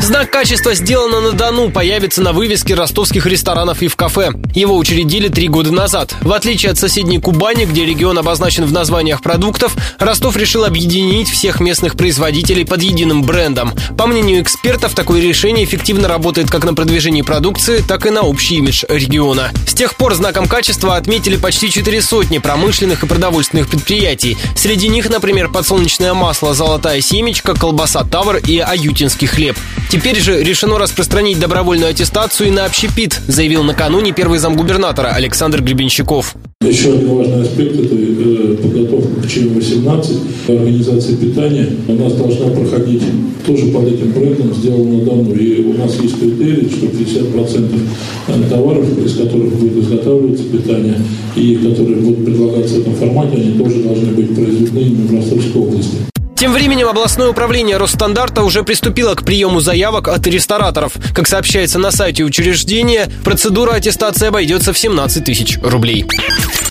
Знак качества «Сделано на Дону» появится на вывеске ростовских ресторанов и в кафе. Его учредили 3 года назад. В отличие от соседней Кубани, где регион обозначен в названиях продуктов, Ростов решил объединить всех местных производителей под единым брендом. По мнению экспертов, такое решение эффективно работает как на продвижении продукции, так и на общий имидж региона. С тех пор знаком качества отметили почти 400 промышленных и продовольственных предприятий. Среди них, например, подсолнечное масло «Золотая семечка», колбаса «Тавр» и аютинский хлеб. Теперь же решено распространить добровольную аттестацию и на общепит, заявил накануне первый замгубернатора Александр Гребенщиков. Еще один важный аспект – это подготовка к ЧМ-18, организация питания. У нас должна проходить тоже под этим брендом «Сделано на Дону». И у нас есть критерий, что 50% товаров, из которых будет изготавливаться питание и которые будут предлагаться в этом формате, они тоже должны быть произведены именно в Ростовской области. Тем временем областное управление Росстандарта уже приступило к приему заявок от рестораторов. Как сообщается на сайте учреждения, процедура аттестации обойдется в 17 тысяч рублей.